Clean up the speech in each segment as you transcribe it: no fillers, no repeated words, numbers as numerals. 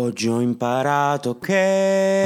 Oggi ho imparato che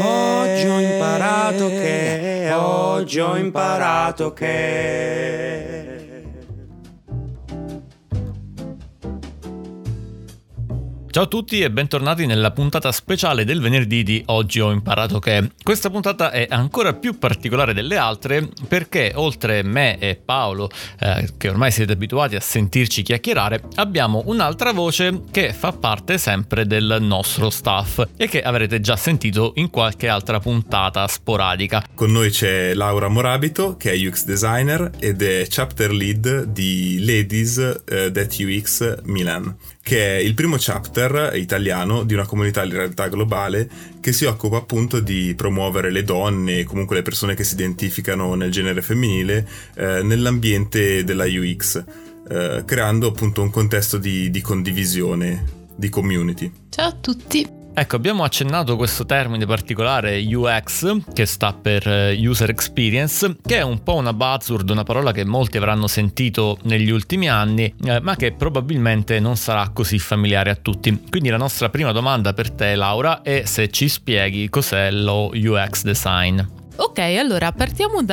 Ciao a tutti e bentornati nella puntata speciale del venerdì di Oggi ho imparato che. Questa puntata è ancora più particolare delle altre perché oltre me e Paolo, che ormai siete abituati a sentirci chiacchierare, abbiamo un'altra voce che fa parte sempre del nostro staff e che avrete già sentito in qualche altra puntata sporadica. Con noi c'è Laura Morabito, che è UX designer ed è chapter lead di Ladies That UX Milan, che è il primo chapter italiano di una comunità in realtà globale che si occupa appunto di promuovere le donne e comunque le persone che si identificano nel genere femminile nell'ambiente della UX, creando appunto un contesto di condivisione, di community. Ciao a tutti! Ecco, abbiamo accennato questo termine particolare UX, che sta per User Experience, che è un po' una buzzword, una parola che molti avranno sentito negli ultimi anni, ma che probabilmente non sarà così familiare a tutti. Quindi la nostra prima domanda per te, Laura, è se ci spieghi cos'è lo UX design. Ok, allora partiamo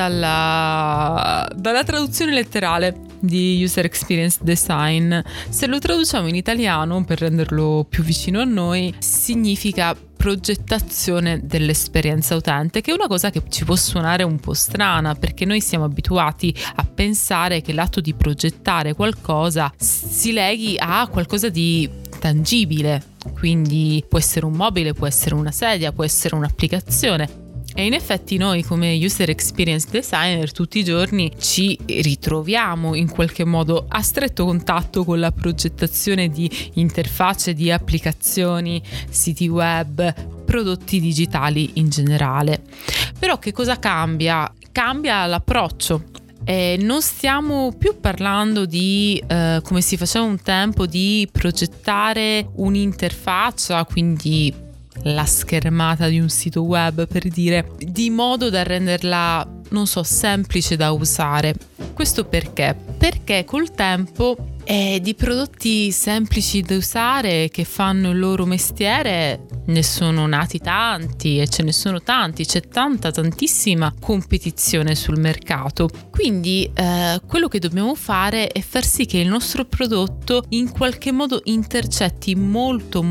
dalla traduzione letterale di User Experience Design. Se lo traduciamo in italiano, per renderlo più vicino a noi, significa progettazione dell'esperienza utente, che è una cosa che ci può suonare un po' strana, perché noi siamo abituati a pensare che l'atto di progettare qualcosa si leghi a qualcosa di tangibile, quindi può essere un mobile, può essere una sedia, può essere un'applicazione. E in effetti noi come User Experience Designer tutti i giorni ci ritroviamo in qualche modo a stretto contatto con la progettazione di interfacce, di applicazioni, siti web, prodotti digitali in generale. Però che cosa cambia? Cambia l'approccio. Non stiamo più parlando di come si faceva un tempo, di progettare un'interfaccia, quindi la schermata di un sito web, per dire, di modo da renderla, non so, semplice da usare. Questo perché? Perché col tempo di prodotti semplici da usare che fanno il loro mestiere ne sono nati tanti e ce ne sono tanti, c'è tantissima competizione sul mercato. Quindi quello che dobbiamo fare è far sì che il nostro prodotto in qualche modo intercetti molto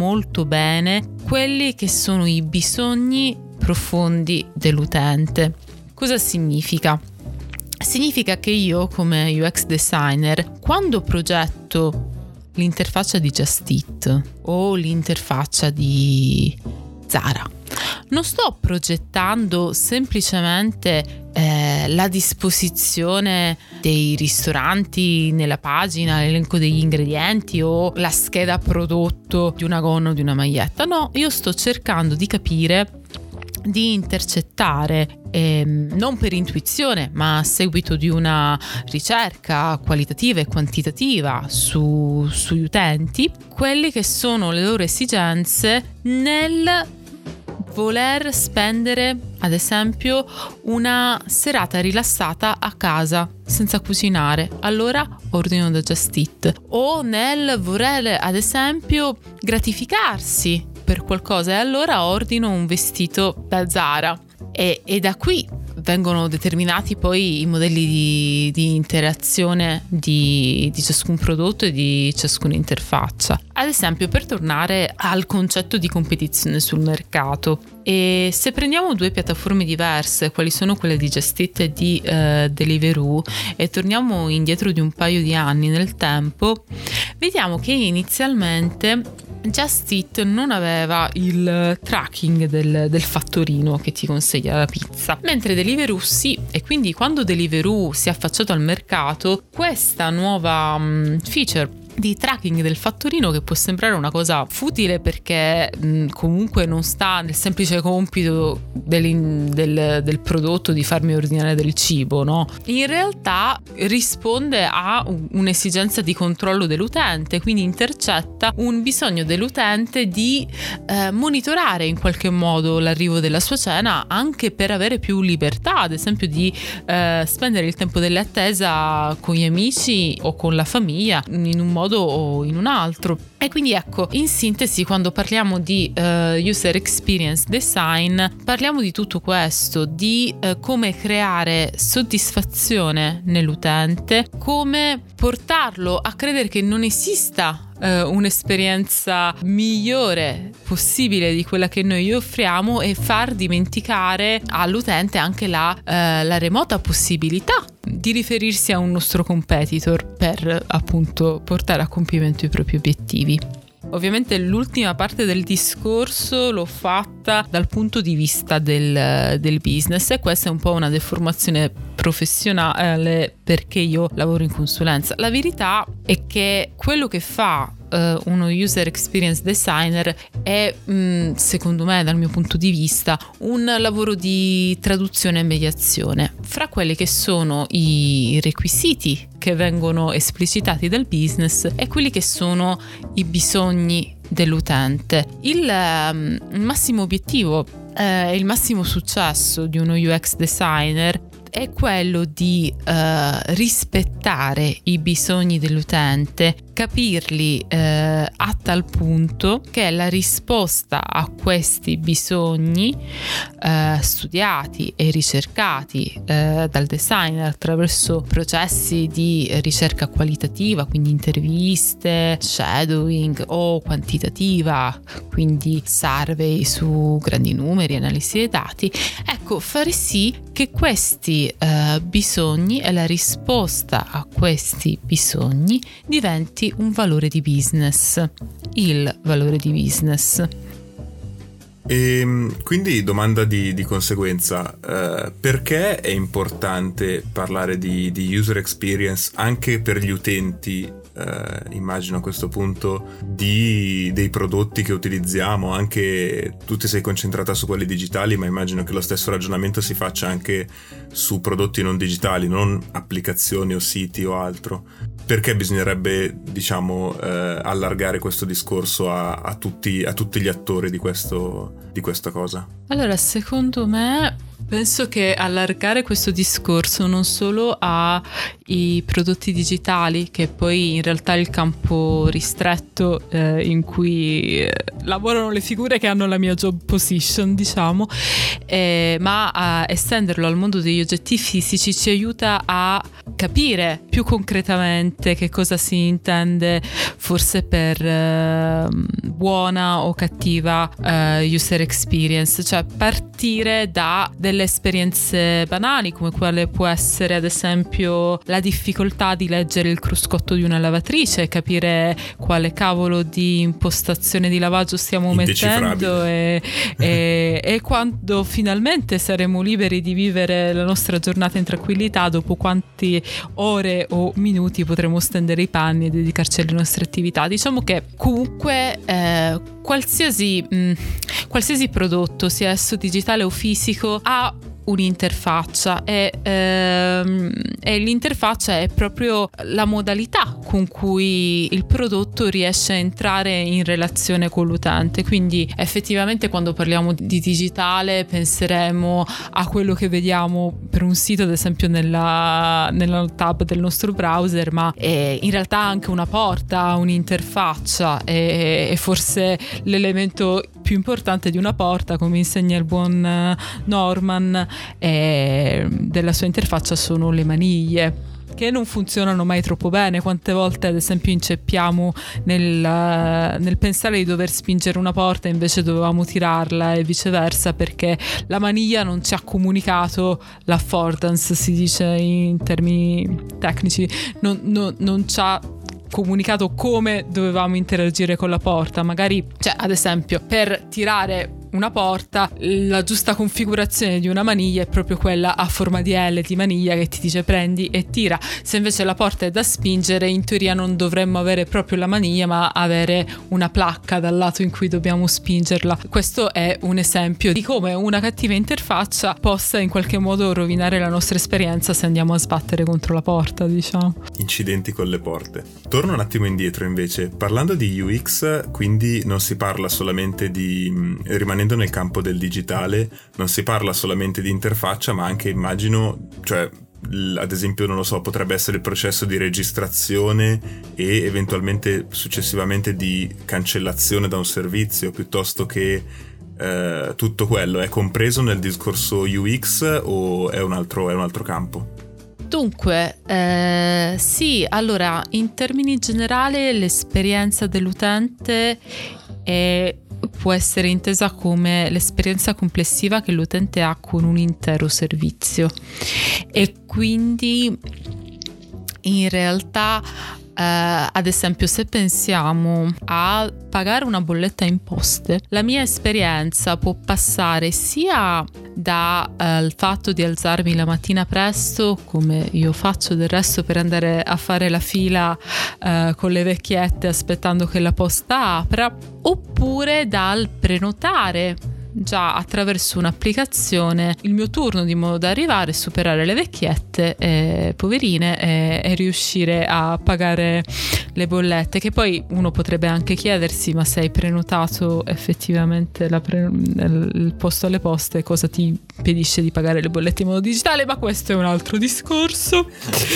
bene quelli che sono i bisogni profondi dell'utente. Cosa significa? Significa che io come UX designer, quando progetto l'interfaccia di Just Eat o l'interfaccia di Zara, non sto progettando semplicemente la disposizione dei ristoranti nella pagina, l'elenco degli ingredienti o la scheda prodotto di una gonna o di una maglietta. No, io sto cercando di capire, di intercettare, non per intuizione ma a seguito di una ricerca qualitativa e quantitativa sugli utenti, quelle che sono le loro esigenze nel voler spendere, ad esempio, una serata rilassata a casa senza cucinare, allora ordino da Just Eat, o nel voler, ad esempio, gratificarsi per qualcosa e allora ordino un vestito da Zara, e da qui vengono determinati poi i modelli di interazione di ciascun prodotto e di ciascuna interfaccia. Ad esempio, per tornare al concetto di competizione sul mercato, e se prendiamo due piattaforme diverse, quali sono quelle di Just Eat e di Deliveroo, e torniamo indietro di un paio di anni nel tempo, vediamo che inizialmente Just Eat non aveva il tracking del fattorino che ti consegna la pizza, mentre Deliveroo sì, e quindi quando Deliveroo si è affacciato al mercato, questa nuova feature di tracking del fattorino, che può sembrare una cosa futile perché comunque non sta nel semplice compito del prodotto di farmi ordinare del cibo, no? In realtà risponde a un'esigenza di controllo dell'utente, quindi intercetta un bisogno dell'utente di monitorare in qualche modo l'arrivo della sua cena, anche per avere più libertà, ad esempio di spendere il tempo dell'attesa con gli amici o con la famiglia in un modo modo o in un altro. E quindi ecco, in sintesi, quando parliamo di user experience design, parliamo di tutto questo, di come creare soddisfazione nell'utente, come portarlo a credere che non esista un'esperienza migliore possibile di quella che noi gli offriamo, e far dimenticare all'utente anche la remota possibilità di riferirsi a un nostro competitor per appunto portare a compimento i propri obiettivi. Ovviamente l'ultima parte del discorso l'ho fatta dal punto di vista del business, e questa è un po' una deformazione professionale perché io lavoro in consulenza. La verità è che quello che fa uno user experience designer è, secondo me, dal mio punto di vista, un lavoro di traduzione e mediazione fra quelli che sono i requisiti che vengono esplicitati dal business e quelli che sono i bisogni dell'utente. Il massimo obiettivo, il massimo successo di uno UX designer è quello di rispettare i bisogni dell'utente, capirli a tal punto che la risposta a questi bisogni studiati e ricercati dal designer attraverso processi di ricerca qualitativa, quindi interviste, shadowing, o quantitativa, quindi survey su grandi numeri, analisi dei dati, ecco, fare sì che questi bisogni e la risposta a questi bisogni diventi un valore di business, il valore di business. E quindi domanda di conseguenza, perché è importante parlare di user experience anche per gli utenti, immagino a questo punto, dei prodotti che utilizziamo? Anche tu ti sei concentrata su quelli digitali, ma immagino che lo stesso ragionamento si faccia anche su prodotti non digitali, non applicazioni o siti o altro. Perché bisognerebbe, diciamo, allargare questo discorso a tutti gli attori di questa cosa? Allora, secondo me, penso che allargare questo discorso non solo ai prodotti digitali, che poi in realtà è il campo ristretto in cui lavorano le figure che hanno la mia job position, diciamo, ma a estenderlo al mondo degli oggetti fisici ci aiuta a capire più concretamente che cosa si intende forse per buona o cattiva user experience, cioè partire da delle esperienze banali, come quale può essere ad esempio la difficoltà di leggere il cruscotto di una lavatrice, capire quale cavolo di impostazione di lavaggio stiamo mettendo e quando finalmente saremo liberi di vivere la nostra giornata in tranquillità, dopo quanti ore o minuti potremo stendere i panni e dedicarci alle nostre attività. Diciamo che comunque qualsiasi prodotto, sia esso digitale o fisico, ha un'interfaccia e l'interfaccia è proprio la modalità con cui il prodotto riesce a entrare in relazione con l'utente. Quindi effettivamente quando parliamo di digitale penseremo a quello che vediamo per un sito, ad esempio nella tab del nostro browser, ma in realtà anche una porta ha un'interfaccia e forse l'elemento più importante di una porta, come insegna il buon Norman, della sua interfaccia sono le maniglie, che non funzionano mai troppo bene. Quante volte ad esempio inceppiamo nel pensare di dover spingere una porta invece dovevamo tirarla e viceversa, perché la maniglia non ci ha comunicato l'affordance, si dice in termini tecnici, non ci ha comunicato come dovevamo interagire con la porta. Magari, cioè, ad esempio, per tirare una porta la giusta configurazione di una maniglia è proprio quella a forma di L di maniglia che ti dice prendi e tira. Se invece la porta è da spingere, in teoria non dovremmo avere proprio la maniglia, ma avere una placca dal lato in cui dobbiamo spingerla. Questo è un esempio di come una cattiva interfaccia possa in qualche modo rovinare la nostra esperienza se andiamo a sbattere contro la porta, diciamo. Incidenti con le porte. Torno un attimo indietro invece, parlando di UX, quindi non si parla solamente rimanendo nel campo del digitale, non si parla solamente di interfaccia, ma anche, immagino, cioè ad esempio, non lo so, potrebbe essere il processo di registrazione e eventualmente successivamente di cancellazione da un servizio, piuttosto che tutto quello è compreso nel discorso UX o è un altro campo? Dunque, sì, allora, in termini generali l'esperienza dell'utente può essere intesa come l'esperienza complessiva che l'utente ha con un intero servizio, e quindi in realtà ad esempio, se pensiamo a pagare una bolletta in poste, la mia esperienza può passare sia dal fatto di alzarmi la mattina presto, come io faccio del resto, per andare a fare la fila con le vecchiette aspettando che la posta apra, oppure dal prenotare già attraverso un'applicazione il mio turno, di modo da arrivare, superare le vecchiette poverine e riuscire a pagare le bollette, che poi uno potrebbe anche chiedersi: ma se hai prenotato effettivamente il posto alle poste, cosa ti impedisce di pagare le bollette in modo digitale? Ma questo è un altro discorso.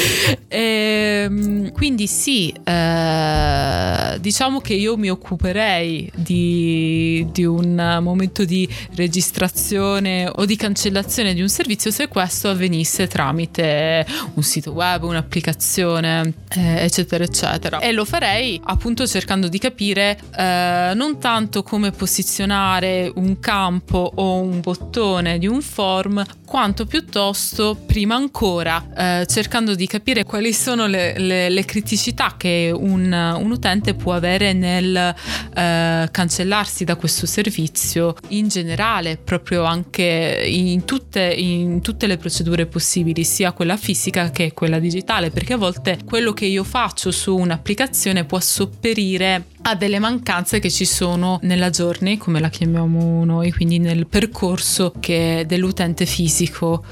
Quindi sì, diciamo che io mi occuperei di un momento di registrazione o di cancellazione di un servizio se questo avvenisse tramite un sito web, un'applicazione, eccetera eccetera, e lo farei appunto cercando di capire non tanto come posizionare un campo o un bottone di un form, quanto piuttosto, prima ancora, cercando di capire quali sono le criticità che un utente può avere nel cancellarsi da questo servizio in generale, proprio anche in tutte le procedure possibili, sia quella fisica che quella digitale, perché a volte quello che io faccio su un'applicazione può sopperire a delle mancanze che ci sono nella journey, come la chiamiamo noi, quindi nel percorso che dell'utente fisico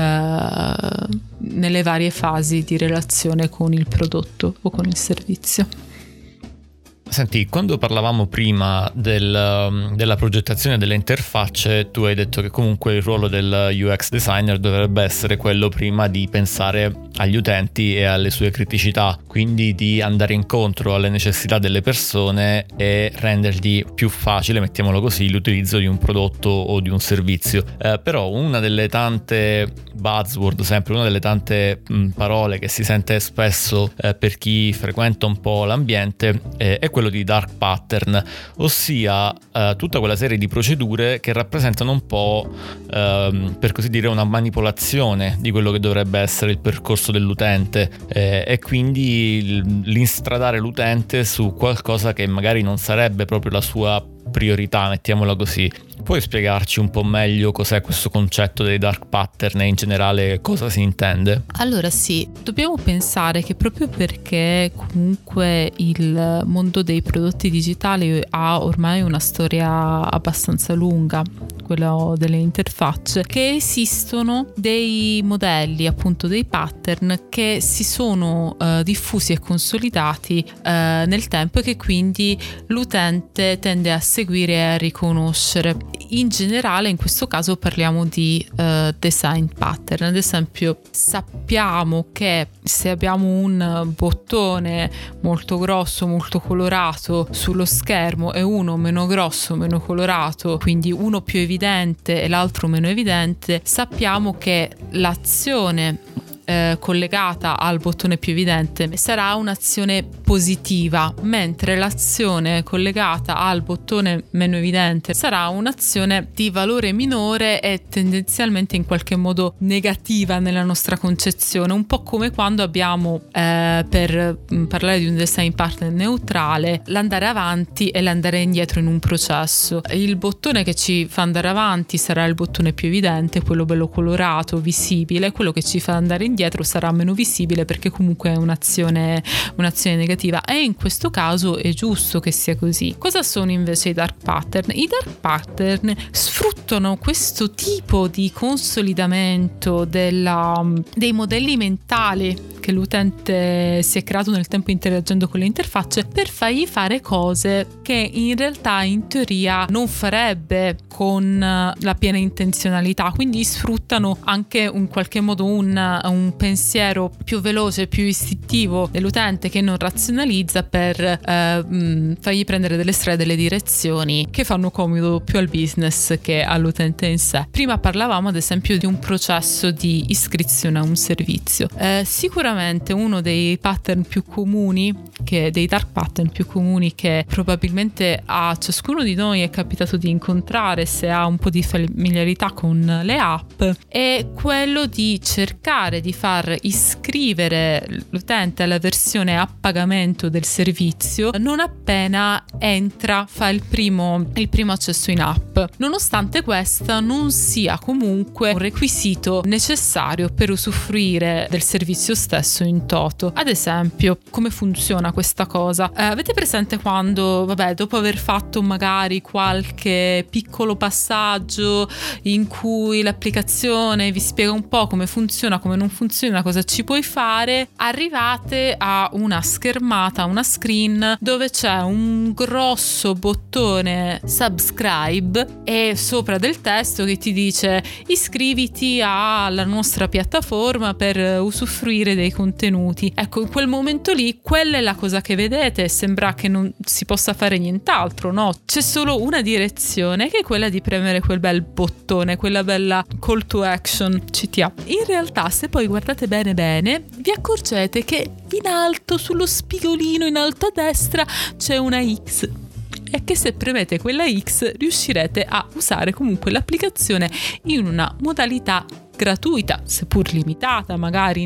nelle varie fasi di relazione con il prodotto o con il servizio. Senti, quando parlavamo prima della progettazione delle interfacce, tu hai detto che comunque il ruolo del UX designer dovrebbe essere quello prima di pensare agli utenti e alle sue criticità, quindi di andare incontro alle necessità delle persone e rendergli più facile, mettiamolo così, l'utilizzo di un prodotto o di un servizio. Però una delle tante buzzword, sempre una delle tante parole che si sente spesso per chi frequenta un po' l'ambiente è quello di dark pattern, ossia tutta quella serie di procedure che rappresentano un po' per così dire una manipolazione di quello che dovrebbe essere il percorso dell'utente e quindi l'instradare l'utente su qualcosa che magari non sarebbe proprio la sua priorità, mettiamola così. Puoi spiegarci un po' meglio cos'è questo concetto dei dark pattern e in generale cosa si intende? Allora sì, dobbiamo pensare che proprio perché comunque il mondo dei prodotti digitali ha ormai una storia abbastanza lunga, quello delle interfacce, che esistono dei modelli, appunto dei pattern che si sono diffusi e consolidati nel tempo e che quindi l'utente tende a seguire e a riconoscere. In generale, in questo caso parliamo di design pattern. Ad esempio, sappiamo che se abbiamo un bottone molto grosso, molto colorato sullo schermo e uno meno grosso, meno colorato, quindi uno più evidente e l'altro meno evidente, sappiamo che l'azione collegata al bottone più evidente sarà un'azione positiva, mentre l'azione collegata al bottone meno evidente sarà un'azione di valore minore e tendenzialmente in qualche modo negativa nella nostra concezione, un po' come quando abbiamo per parlare di un design partner neutrale, l'andare avanti e l'andare indietro in un processo. Il bottone che ci fa andare avanti sarà il bottone più evidente, quello bello colorato, visibile. Quello che ci fa andare indietro sarà meno visibile perché comunque è un'azione negativa, e in questo caso è giusto che sia così. Cosa sono invece i dark pattern? I dark pattern sfruttano questo tipo di consolidamento dei modelli mentali che l'utente si è creato nel tempo interagendo con le interfacce per fargli fare cose che in realtà in teoria non farebbe con la piena intenzionalità, quindi sfruttano anche in qualche modo un pensiero più veloce, più istintivo dell'utente che non razionalizza per fargli prendere delle strade, delle direzioni che fanno comodo più al business che all'utente in sé. Prima parlavamo ad esempio di un processo di iscrizione a un servizio. Sicuramente uno dei pattern più comuni, dei dark pattern più comuni che probabilmente a ciascuno di noi è capitato di incontrare se ha un po' di familiarità con le app, è quello di cercare di far iscrivere l'utente alla versione a pagamento del servizio non appena fa il primo accesso in app, nonostante questa non sia comunque un requisito necessario per usufruire del servizio stesso in toto. Ad esempio, come funziona questa cosa? Avete presente quando, dopo aver fatto magari qualche piccolo passaggio in cui l'applicazione vi spiega un po' come funziona, come non funziona, cosa ci puoi fare, arrivate a una schermata, una screen dove c'è un grosso bottone subscribe e sopra del testo che ti dice iscriviti alla nostra piattaforma per usufruire dei contenuti. Ecco, in quel momento lì quella è la cosa che vedete, sembra che non si possa fare nient'altro, no? C'è solo una direzione che è quella di premere quel bel bottone, quella bella call to action CTA. In realtà, se poi guardate bene, vi accorgete che in alto, sullo spigolino in alto a destra, c'è una X. E che se premete quella X riuscirete a usare comunque l'applicazione in una modalità gratuita, seppur limitata magari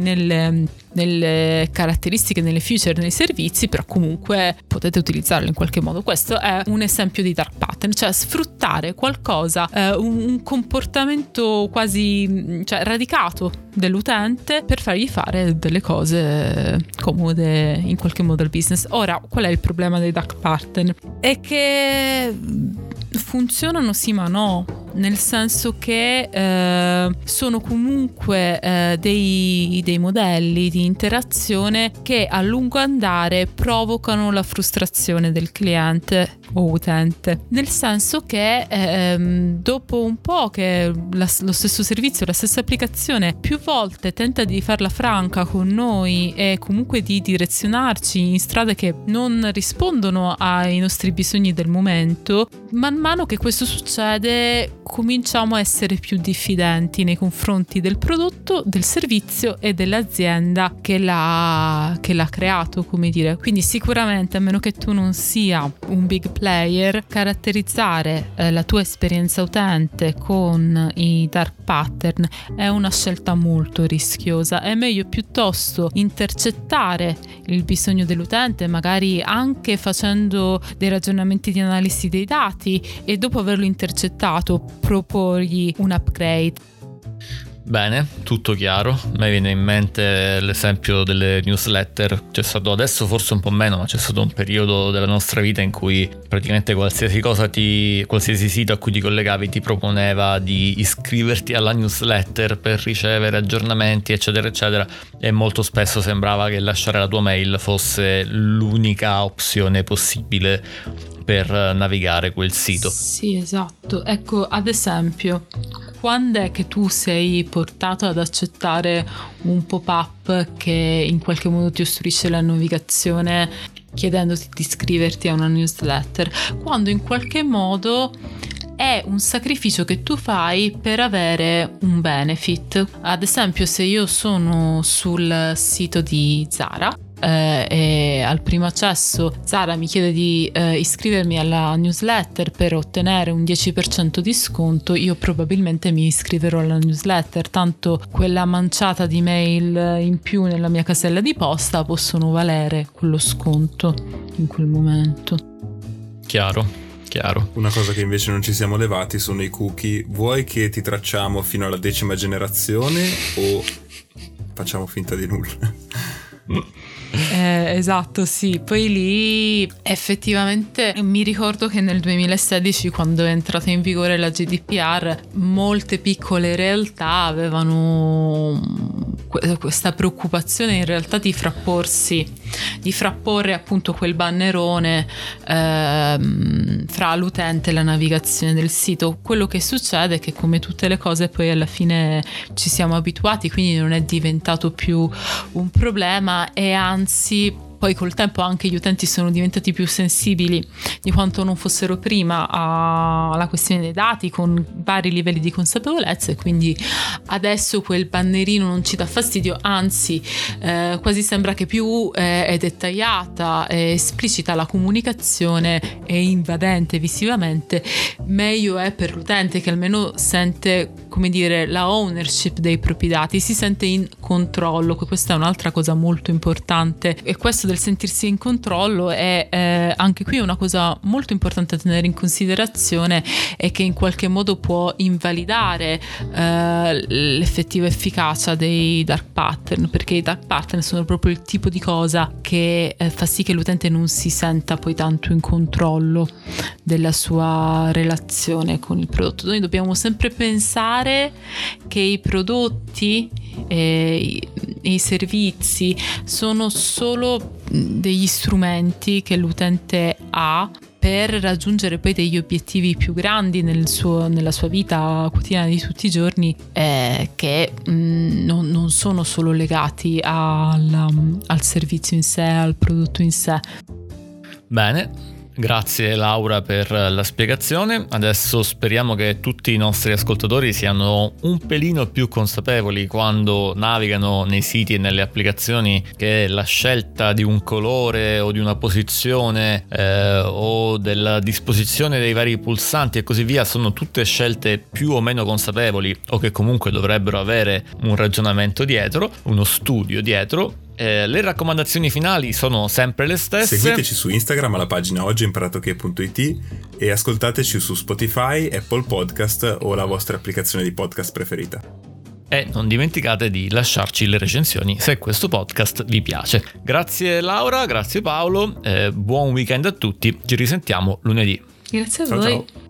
nelle caratteristiche, nelle feature, nei servizi, però comunque potete utilizzarlo in qualche modo. Questo è un esempio di dark pattern, cioè sfruttare qualcosa, un comportamento quasi radicato dell'utente per fargli fare delle cose comode in qualche modo al business. Ora, qual è il problema dei dark pattern? È che funzionano sì ma no, nel senso che sono comunque dei modelli di interazione che a lungo andare provocano la frustrazione del cliente o utente, nel senso che dopo un po' che lo stesso servizio, la stessa applicazione più volte tenta di farla franca con noi e comunque di direzionarci in strade che non rispondono ai nostri bisogni del momento, man mano che questo succede cominciamo a essere più diffidenti nei confronti del prodotto, del servizio e dell'azienda che l'ha creato, come dire. Quindi sicuramente, a meno che tu non sia un big player, caratterizzare la tua esperienza utente con i dark pattern è una scelta molto rischiosa. È meglio piuttosto intercettare il bisogno dell'utente, magari anche facendo dei ragionamenti di analisi dei dati, e dopo averlo intercettato proporgli un upgrade. Bene, tutto chiaro. A me viene in mente l'esempio delle newsletter. C'è stato adesso forse un po' meno, ma c'è stato un periodo della nostra vita in cui praticamente qualsiasi sito a cui ti collegavi ti proponeva di iscriverti alla newsletter per ricevere aggiornamenti, eccetera eccetera, e molto spesso sembrava che lasciare la tua mail fosse l'unica opzione possibile per navigare quel sito. Sì, esatto. Ecco, ad esempio, quando è che tu sei portato ad accettare un pop-up che in qualche modo ti ostruisce la navigazione chiedendoti di iscriverti a una newsletter? Quando in qualche modo è un sacrificio che tu fai per avere un benefit. Ad esempio, se io sono sul sito di Zara e al primo accesso Zara mi chiede di iscrivermi alla newsletter per ottenere un 10% di sconto, io probabilmente mi iscriverò alla newsletter, tanto quella manciata di mail in più nella mia casella di posta possono valere quello sconto in quel momento. Chiaro. Una cosa che invece non ci siamo levati sono i cookie. Vuoi che ti tracciamo fino alla 10ª generazione o facciamo finta di nulla? Esatto, sì. Poi lì effettivamente mi ricordo che nel 2016, quando è entrata in vigore la GDPR, molte piccole realtà avevano questa preoccupazione in realtà di frapporre appunto quel bannerone fra l'utente e la navigazione del sito. Quello che succede è che, come tutte le cose, poi alla fine ci siamo abituati, quindi non è diventato più un problema, e anzi poi col tempo anche gli utenti sono diventati più sensibili di quanto non fossero prima alla questione dei dati, con vari livelli di consapevolezza, e quindi adesso quel bannerino non ci dà fastidio, anzi quasi sembra che più è dettagliata, è esplicita la comunicazione e invadente visivamente, meglio è per l'utente, che almeno sente, come dire, la ownership dei propri dati, si sente in controllo. Questa è un'altra cosa molto importante, e questo del sentirsi in controllo è anche qui una cosa molto importante da tenere in considerazione, e che in qualche modo può invalidare l'effettiva efficacia dei dark pattern, perché i dark pattern sono proprio il tipo di cosa che fa sì che l'utente non si senta poi tanto in controllo della sua relazione con il prodotto. Noi dobbiamo sempre pensare che i prodotti e i servizi sono solo degli strumenti che l'utente ha per raggiungere poi degli obiettivi più grandi nella sua vita quotidiana di tutti i giorni, che non sono solo legati al servizio in sé, al prodotto in sé. Bene. Grazie Laura per la spiegazione. Adesso speriamo che tutti i nostri ascoltatori siano un pelino più consapevoli quando navigano nei siti e nelle applicazioni, che la scelta di un colore o di una posizione o della disposizione dei vari pulsanti e così via sono tutte scelte più o meno consapevoli, o che comunque dovrebbero avere un ragionamento dietro, uno studio dietro. Le raccomandazioni finali sono sempre le stesse. Seguiteci su Instagram alla pagina oggihoimparatoche.it e ascoltateci su Spotify, Apple Podcast o la vostra applicazione di podcast preferita. E non dimenticate di lasciarci le recensioni se questo podcast vi piace. Grazie Laura, grazie Paolo, buon weekend a tutti, ci risentiamo lunedì. Grazie a ciao, voi. ciao.